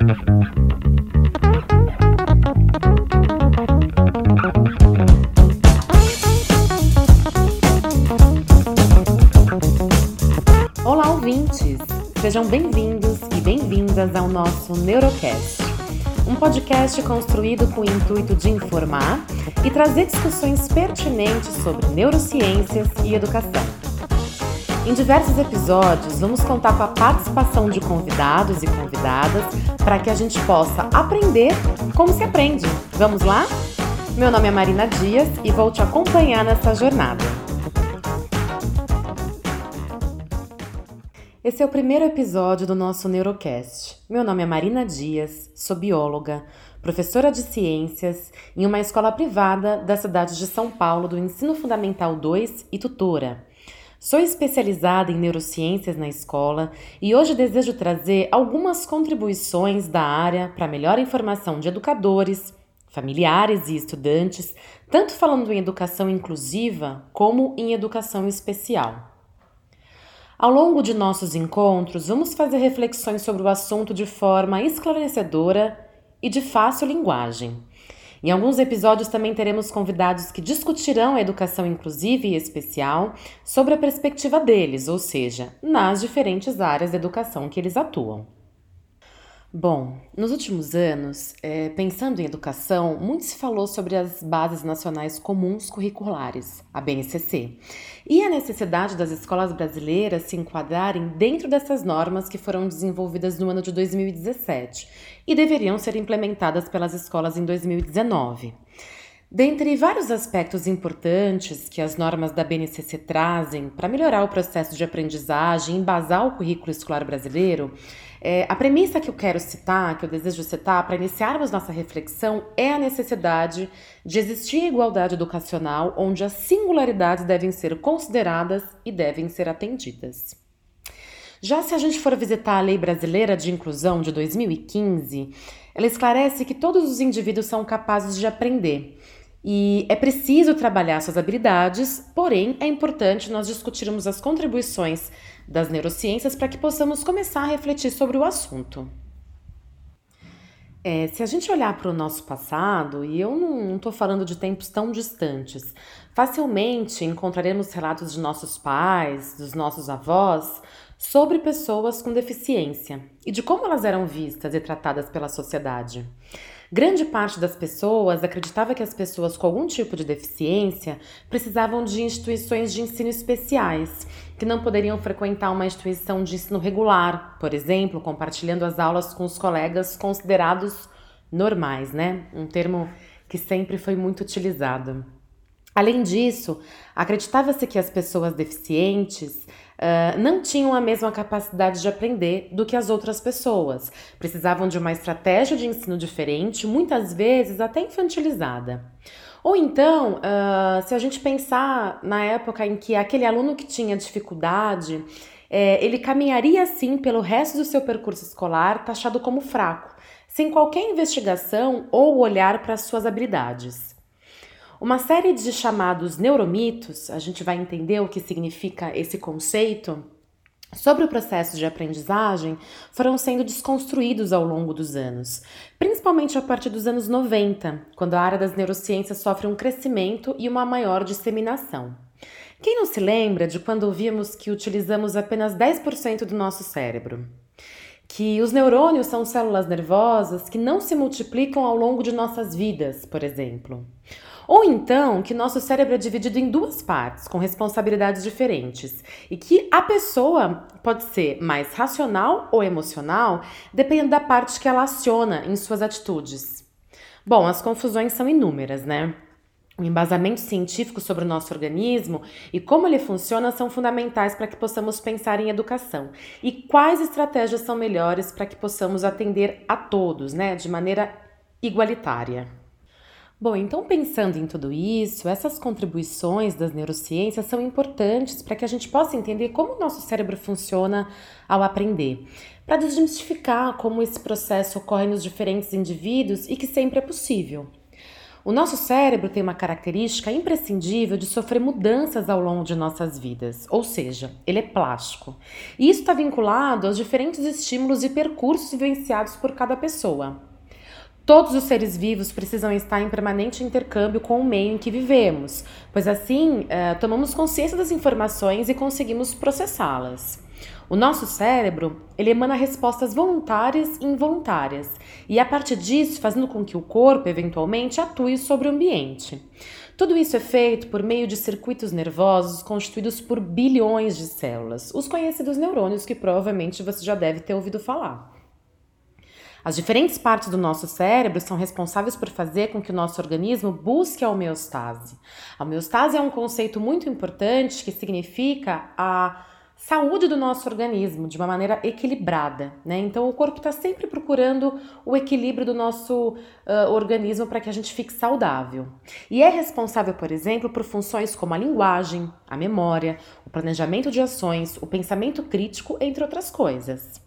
Olá, ouvintes! Sejam bem-vindos e bem-vindas ao nosso Neurocast, um podcast construído com o intuito de informar e trazer discussões pertinentes sobre neurociências e educação. Em diversos episódios, vamos contar com a participação de convidados e convidadas para que a gente possa aprender como se aprende. Vamos lá? Meu nome é Marina Dias e vou te acompanhar nessa jornada. Esse é o primeiro episódio do nosso Neurocast. Meu nome é Marina Dias, sou bióloga, professora de ciências em uma escola privada da cidade de São Paulo do Ensino Fundamental 2 e tutora. Sou especializada em neurociências na escola e hoje desejo trazer algumas contribuições da área para melhor informação de educadores, familiares e estudantes, tanto falando em educação inclusiva como em educação especial. Ao longo de nossos encontros, vamos fazer reflexões sobre o assunto de forma esclarecedora e de fácil linguagem. Em alguns episódios também teremos convidados que discutirão a educação inclusiva e especial sobre a perspectiva deles, ou seja, nas diferentes áreas da educação que eles atuam. Bom, nos últimos anos, pensando em educação, muito se falou sobre as Bases Nacionais Comuns Curriculares, a BNCC, e a necessidade das escolas brasileiras se enquadrarem dentro dessas normas que foram desenvolvidas no ano de 2017 e deveriam ser implementadas pelas escolas em 2019. Dentre vários aspectos importantes que as normas da BNCC trazem para melhorar o processo de aprendizagem e embasar o currículo escolar brasileiro, a premissa que eu quero citar, que eu desejo citar para iniciarmos nossa reflexão é a necessidade de existir igualdade educacional onde as singularidades devem ser consideradas e devem ser atendidas. Já se a gente for visitar a Lei Brasileira de Inclusão de 2015, ela esclarece que todos os indivíduos são capazes de aprender e é preciso trabalhar suas habilidades, porém é importante nós discutirmos as contribuições das neurociências para que possamos começar a refletir sobre o assunto. Se a gente olhar para o nosso passado, e eu não estou falando de tempos tão distantes, facilmente encontraremos relatos de nossos pais, dos nossos avós, sobre pessoas com deficiência e de como elas eram vistas e tratadas pela sociedade. Grande parte das pessoas acreditava que as pessoas com algum tipo de deficiência precisavam de instituições de ensino especiais, que não poderiam frequentar uma instituição de ensino regular, por exemplo, compartilhando as aulas com os colegas considerados normais, né? Um termo que sempre foi muito utilizado. Além disso, acreditava-se que as pessoas deficientes não tinham a mesma capacidade de aprender do que as outras pessoas. Precisavam de uma estratégia de ensino diferente, muitas vezes até infantilizada. Ou então, se a gente pensar na época em que aquele aluno que tinha dificuldade, ele caminharia assim pelo resto do seu percurso escolar taxado como fraco, sem qualquer investigação ou olhar para as suas habilidades. Uma série de chamados neuromitos, a gente vai entender o que significa esse conceito, sobre o processo de aprendizagem foram sendo desconstruídos ao longo dos anos, principalmente a partir dos anos 90, quando a área das neurociências sofre um crescimento e uma maior disseminação. Quem não se lembra de quando ouvimos que utilizamos apenas 10% do nosso cérebro? Que os neurônios são células nervosas que não se multiplicam ao longo de nossas vidas, por exemplo. Ou então que nosso cérebro é dividido em duas partes, com responsabilidades diferentes, e que a pessoa pode ser mais racional ou emocional, dependendo da parte que ela aciona em suas atitudes. Bom, as confusões são inúmeras, né? O embasamento científico sobre o nosso organismo e como ele funciona são fundamentais para que possamos pensar em educação. E quais estratégias são melhores para que possamos atender a todos, né, de maneira igualitária. Bom, então pensando em tudo isso, essas contribuições das neurociências são importantes para que a gente possa entender como o nosso cérebro funciona ao aprender, para desmistificar como esse processo ocorre nos diferentes indivíduos e que sempre é possível. O nosso cérebro tem uma característica imprescindível de sofrer mudanças ao longo de nossas vidas, ou seja, ele é plástico. E isso está vinculado aos diferentes estímulos e percursos vivenciados por cada pessoa. Todos os seres vivos precisam estar em permanente intercâmbio com o meio em que vivemos, pois assim tomamos consciência das informações e conseguimos processá-las. O nosso cérebro, ele emana respostas voluntárias e involuntárias, e a partir disso fazendo com que o corpo, eventualmente, atue sobre o ambiente. Tudo isso é feito por meio de circuitos nervosos constituídos por bilhões de células, os conhecidos neurônios que provavelmente você já deve ter ouvido falar. As diferentes partes do nosso cérebro são responsáveis por fazer com que o nosso organismo busque a homeostase. A homeostase é um conceito muito importante que significa a saúde do nosso organismo de uma maneira equilibrada, né? Então o corpo está sempre procurando o equilíbrio do nosso organismo para que a gente fique saudável. E é responsável, por exemplo, por funções como a linguagem, a memória, o planejamento de ações, o pensamento crítico, entre outras coisas.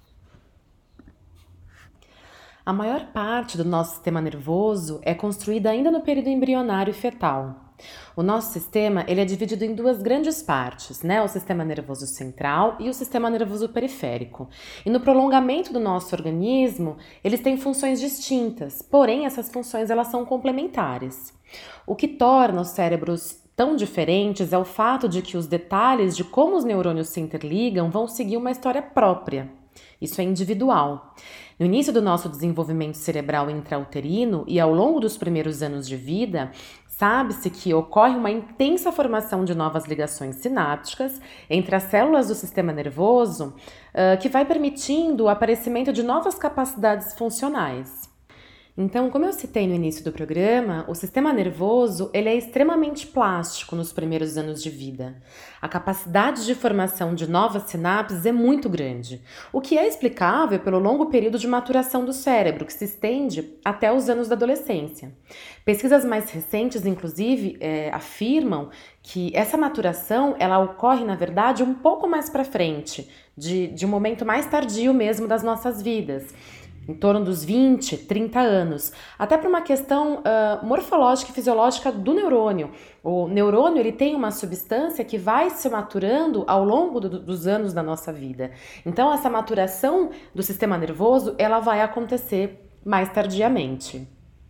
A maior parte do nosso sistema nervoso é construída ainda no período embrionário e fetal. O nosso sistema ele é dividido em duas grandes partes, né? O sistema nervoso central e o sistema nervoso periférico. E no prolongamento do nosso organismo, eles têm funções distintas, porém essas funções elas são complementares. O que torna os cérebros tão diferentes é o fato de que os detalhes de como os neurônios se interligam vão seguir uma história própria. Isso é individual. No início do nosso desenvolvimento cerebral intrauterino e ao longo dos primeiros anos de vida, sabe-se que ocorre uma intensa formação de novas ligações sinápticas entre as células do sistema nervoso, que vai permitindo o aparecimento de novas capacidades funcionais. Então, como eu citei no início do programa, o sistema nervoso ele é extremamente plástico nos primeiros anos de vida. A capacidade de formação de novas sinapses é muito grande, o que é explicável pelo longo período de maturação do cérebro, que se estende até os anos da adolescência. Pesquisas mais recentes, inclusive, afirmam que essa maturação ela ocorre, na verdade, um pouco mais para frente, de um momento mais tardio mesmo das nossas vidas. Em torno dos 20, 30 anos, até por uma questão morfológica e fisiológica do neurônio. O neurônio ele tem uma substância que vai se maturando ao longo dos anos da nossa vida. Então, essa maturação do sistema nervoso ela vai acontecer mais tardiamente.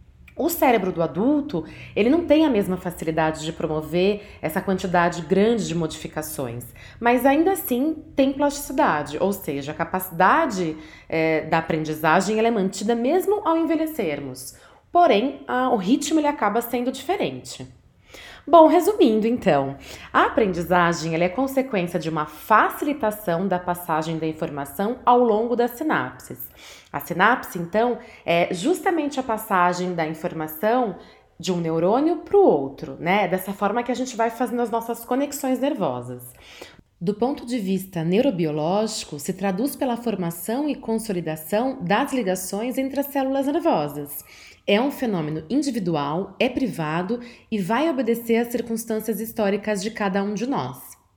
O cérebro do adulto, ele não tem a mesma facilidade de promover essa quantidade grande de modificações, mas ainda assim tem plasticidade, ou seja, a capacidade da aprendizagem ela é mantida mesmo ao envelhecermos, porém o ritmo ele acaba sendo diferente. Bom, resumindo então, a aprendizagem ela é consequência de uma facilitação da passagem da informação ao longo das sinapses. A sinapse, então, é justamente a passagem da informação de um neurônio para o outro, né? Dessa forma que a gente vai fazendo as nossas conexões nervosas. Do ponto de vista neurobiológico, se traduz pela formação e consolidação das ligações entre as células nervosas. É um fenômeno individual, é privado e vai obedecer às circunstâncias históricas de cada um de nós.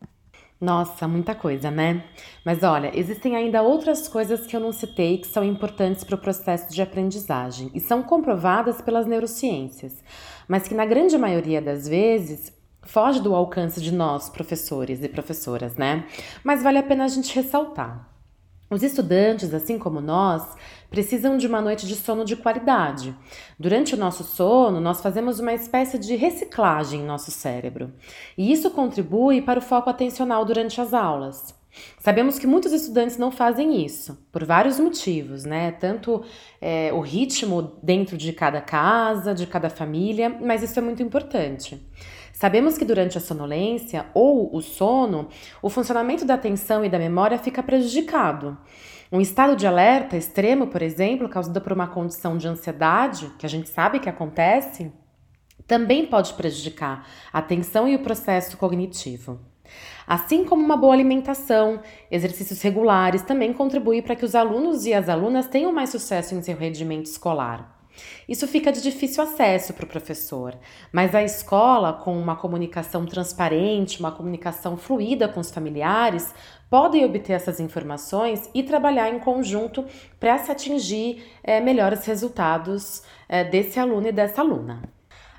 Nossa, muita coisa, né? Mas olha, existem ainda outras coisas que eu não citei que são importantes para o processo de aprendizagem e são comprovadas pelas neurociências, mas que na grande maioria das vezes foge do alcance de nós, professores e professoras, né? Mas vale a pena a gente ressaltar. Os estudantes, assim como nós, precisam de uma noite de sono de qualidade. Durante o nosso sono, nós fazemos uma espécie de reciclagem em nosso cérebro. E isso contribui para o foco atencional durante as aulas. Sabemos que muitos estudantes não fazem isso, por vários motivos, né? Tanto o ritmo dentro de cada casa, de cada família, mas isso é muito importante. Sabemos que durante a sonolência ou o sono, o funcionamento da atenção e da memória fica prejudicado. Um estado de alerta extremo, por exemplo, causado por uma condição de ansiedade, que a gente sabe que acontece, também pode prejudicar a atenção e o processo cognitivo. Assim como uma boa alimentação, exercícios regulares também contribuem para que os alunos e as alunas tenham mais sucesso em seu rendimento escolar. Isso fica de difícil acesso para o professor, mas a escola, com uma comunicação transparente, uma comunicação fluida com os familiares, podem obter essas informações e trabalhar em conjunto para se atingir melhores resultados desse aluno e dessa aluna.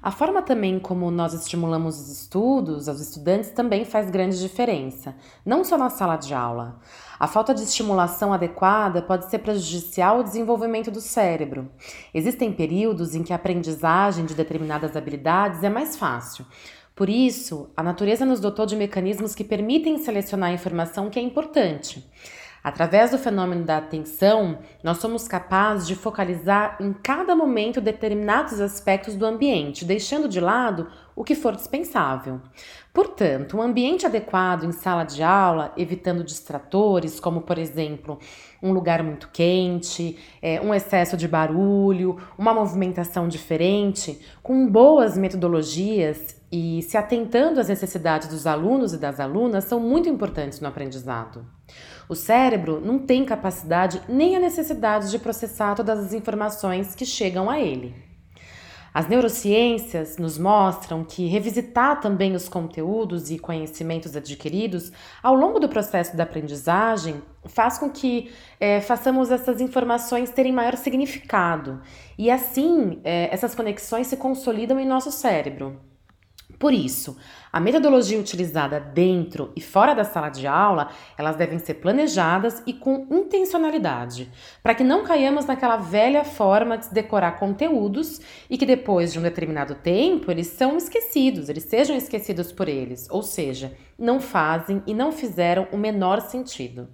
A forma também como nós estimulamos os estudos, aos estudantes, também faz grande diferença, não só na sala de aula. A falta de estimulação adequada pode ser prejudicial ao desenvolvimento do cérebro. Existem períodos em que a aprendizagem de determinadas habilidades é mais fácil. Por isso, a natureza nos dotou de mecanismos que permitem selecionar a informação que é importante. Através do fenômeno da atenção, nós somos capazes de focalizar em cada momento determinados aspectos do ambiente, deixando de lado o que for dispensável. Portanto, um ambiente adequado em sala de aula, evitando distratores, como, por exemplo, um lugar muito quente, um excesso de barulho, uma movimentação diferente, com boas metodologias e se atentando às necessidades dos alunos e das alunas, são muito importantes no aprendizado. O cérebro não tem capacidade nem a necessidade de processar todas as informações que chegam a ele. As neurociências nos mostram que revisitar também os conteúdos e conhecimentos adquiridos ao longo do processo da aprendizagem faz com que façamos essas informações terem maior significado e assim essas conexões se consolidam em nosso cérebro. Por isso, a metodologia utilizada dentro e fora da sala de aula, elas devem ser planejadas e com intencionalidade, para que não caiamos naquela velha forma de decorar conteúdos e que depois de um determinado tempo eles sejam esquecidos por eles, ou seja, não fazem e não fizeram o menor sentido.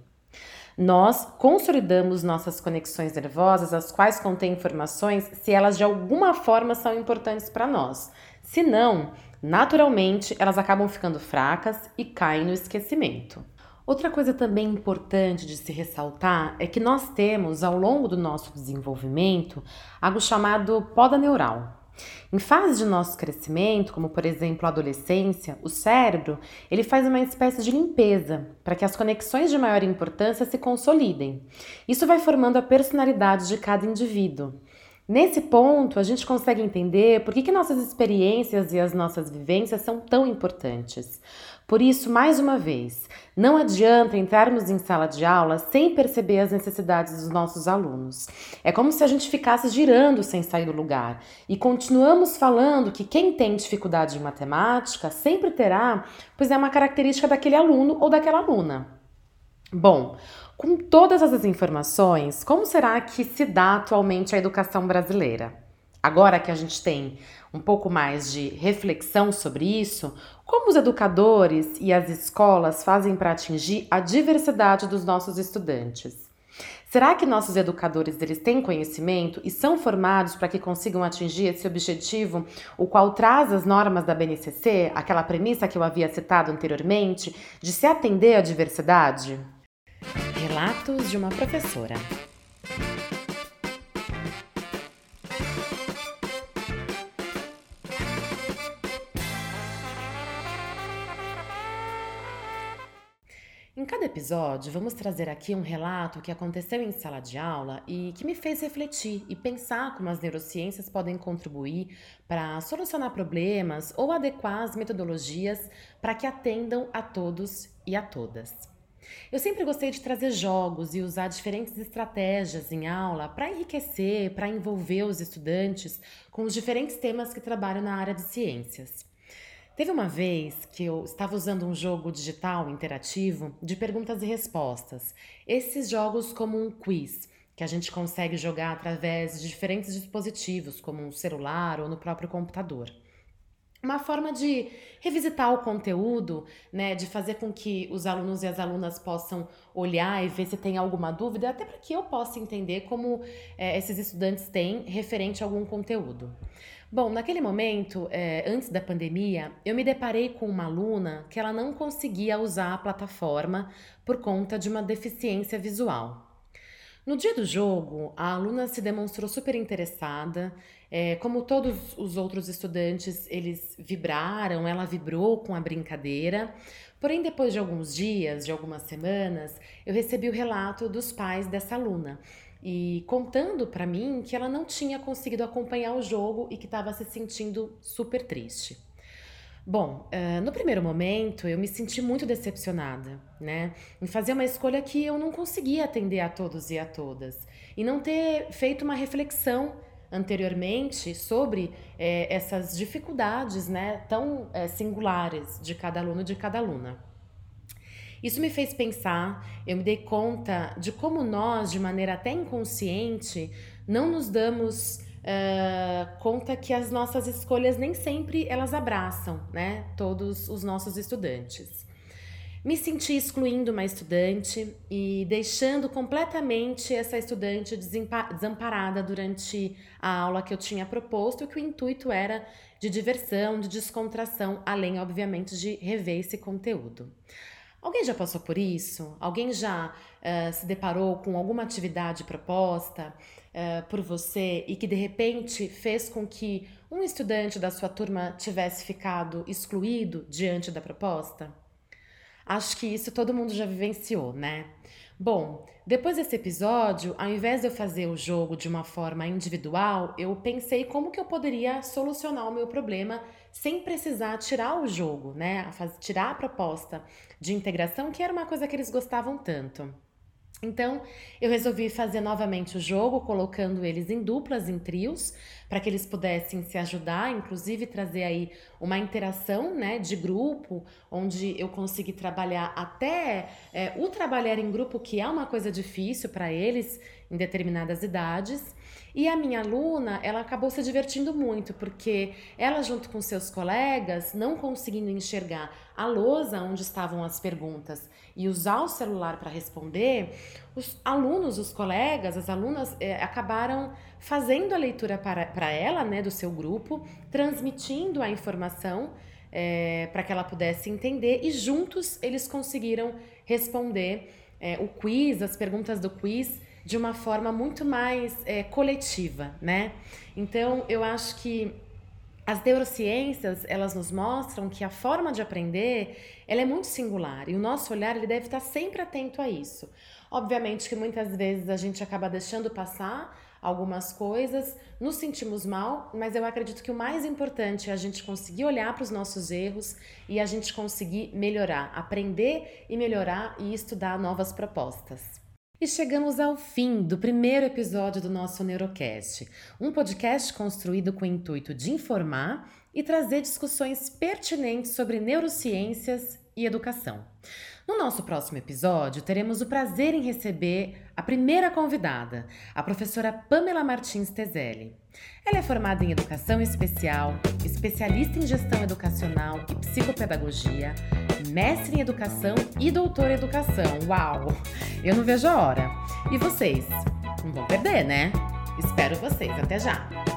Nós consolidamos nossas conexões nervosas, as quais contêm informações, se elas de alguma forma são importantes para nós. Se não, naturalmente elas acabam ficando fracas e caem no esquecimento. Outra coisa também importante de se ressaltar é que nós temos, ao longo do nosso desenvolvimento, algo chamado poda neural. Em fase de nosso crescimento, como por exemplo a adolescência, o cérebro ele faz uma espécie de limpeza para que as conexões de maior importância se consolidem. Isso vai formando a personalidade de cada indivíduo. Nesse ponto, a gente consegue entender por que nossas experiências e as nossas vivências são tão importantes. Por isso, mais uma vez, não adianta entrarmos em sala de aula sem perceber as necessidades dos nossos alunos. É como se a gente ficasse girando sem sair do lugar. E continuamos falando que quem tem dificuldade em matemática sempre terá, pois é uma característica daquele aluno ou daquela aluna. Bom, com todas essas informações, como será que se dá atualmente a educação brasileira? Agora que a gente tem um pouco mais de reflexão sobre isso, como os educadores e as escolas fazem para atingir a diversidade dos nossos estudantes? Será que nossos educadores eles têm conhecimento e são formados para que consigam atingir esse objetivo, o qual traz as normas da BNCC, aquela premissa que eu havia citado anteriormente, de se atender à diversidade? Relatos de uma professora. Em cada episódio, vamos trazer aqui um relato que aconteceu em sala de aula e que me fez refletir e pensar como as neurociências podem contribuir para solucionar problemas ou adequar as metodologias para que atendam a todos e a todas. Eu sempre gostei de trazer jogos e usar diferentes estratégias em aula para enriquecer, para envolver os estudantes com os diferentes temas que trabalham na área de ciências. Teve uma vez que eu estava usando um jogo digital interativo de perguntas e respostas. Esses jogos como um quiz, que a gente consegue jogar através de diferentes dispositivos, como um celular ou no próprio computador. Uma forma de revisitar o conteúdo, né, de fazer com que os alunos e as alunas possam olhar e ver se tem alguma dúvida, até para que eu possa entender como esses estudantes têm referente a algum conteúdo. Bom, naquele momento, antes da pandemia, eu me deparei com uma aluna que ela não conseguia usar a plataforma por conta de uma deficiência visual. No dia do jogo, a aluna se demonstrou super interessada. Como todos os outros estudantes, eles vibraram, ela vibrou com a brincadeira. Porém, depois de alguns dias, de algumas semanas, eu recebi o relato dos pais dessa aluna e contando para mim que ela não tinha conseguido acompanhar o jogo e que estava se sentindo super triste. Bom, no primeiro momento eu me senti muito decepcionada, né? Em fazer uma escolha que eu não conseguia atender a todos e a todas e não ter feito uma reflexão anteriormente sobre essas dificuldades, né, tão singulares de cada aluno e de cada aluna. Isso me fez pensar, eu me dei conta de como nós, de maneira até inconsciente, não nos damos conta que as nossas escolhas nem sempre elas abraçam, né, todos os nossos estudantes. Me senti excluindo uma estudante e deixando completamente essa estudante desamparada durante a aula que eu tinha proposto, que o intuito era de diversão, de descontração, além, obviamente, de rever esse conteúdo. Alguém já passou por isso? Alguém já se deparou com alguma atividade proposta por você e que de repente fez com que um estudante da sua turma tivesse ficado excluído diante da proposta? Acho que isso todo mundo já vivenciou, né? Bom, depois desse episódio, ao invés de eu fazer o jogo de uma forma individual, eu pensei como que eu poderia solucionar o meu problema sem precisar tirar o jogo, né? Tirar a proposta de integração, que era uma coisa que eles gostavam tanto. Então, eu resolvi fazer novamente o jogo, colocando eles em duplas, em trios, para que eles pudessem se ajudar, inclusive trazer aí uma interação, né, de grupo, onde eu consegui trabalhar até o trabalhar em grupo, que é uma coisa difícil para eles em determinadas idades. E a minha aluna, ela acabou se divertindo muito, porque ela, junto com seus colegas, não conseguindo enxergar a lousa onde estavam as perguntas e usar o celular para responder, os alunos, os colegas, as alunas acabaram fazendo a leitura para ela, né, do seu grupo, transmitindo a informação para que ela pudesse entender, e juntos eles conseguiram responder o quiz, as perguntas do quiz, de uma forma muito mais coletiva, né? Então, eu acho que as neurociências, elas nos mostram que a forma de aprender, ela é muito singular, e o nosso olhar, ele deve estar sempre atento a isso. Obviamente que muitas vezes a gente acaba deixando passar algumas coisas, nos sentimos mal, mas eu acredito que o mais importante é a gente conseguir olhar para os nossos erros e a gente conseguir melhorar, aprender e melhorar e estudar novas propostas. E chegamos ao fim do primeiro episódio do nosso Neurocast, um podcast construído com o intuito de informar e trazer discussões pertinentes sobre neurociências e educação. No nosso próximo episódio, teremos o prazer em receber a primeira convidada, a professora Pamela Martins Tezelli. Ela é formada em Educação Especial, especialista em Gestão Educacional e Psicopedagogia, mestre em Educação e doutora em Educação. Uau! Eu não vejo a hora. E vocês? Não vão perder, né? Espero vocês. Até já!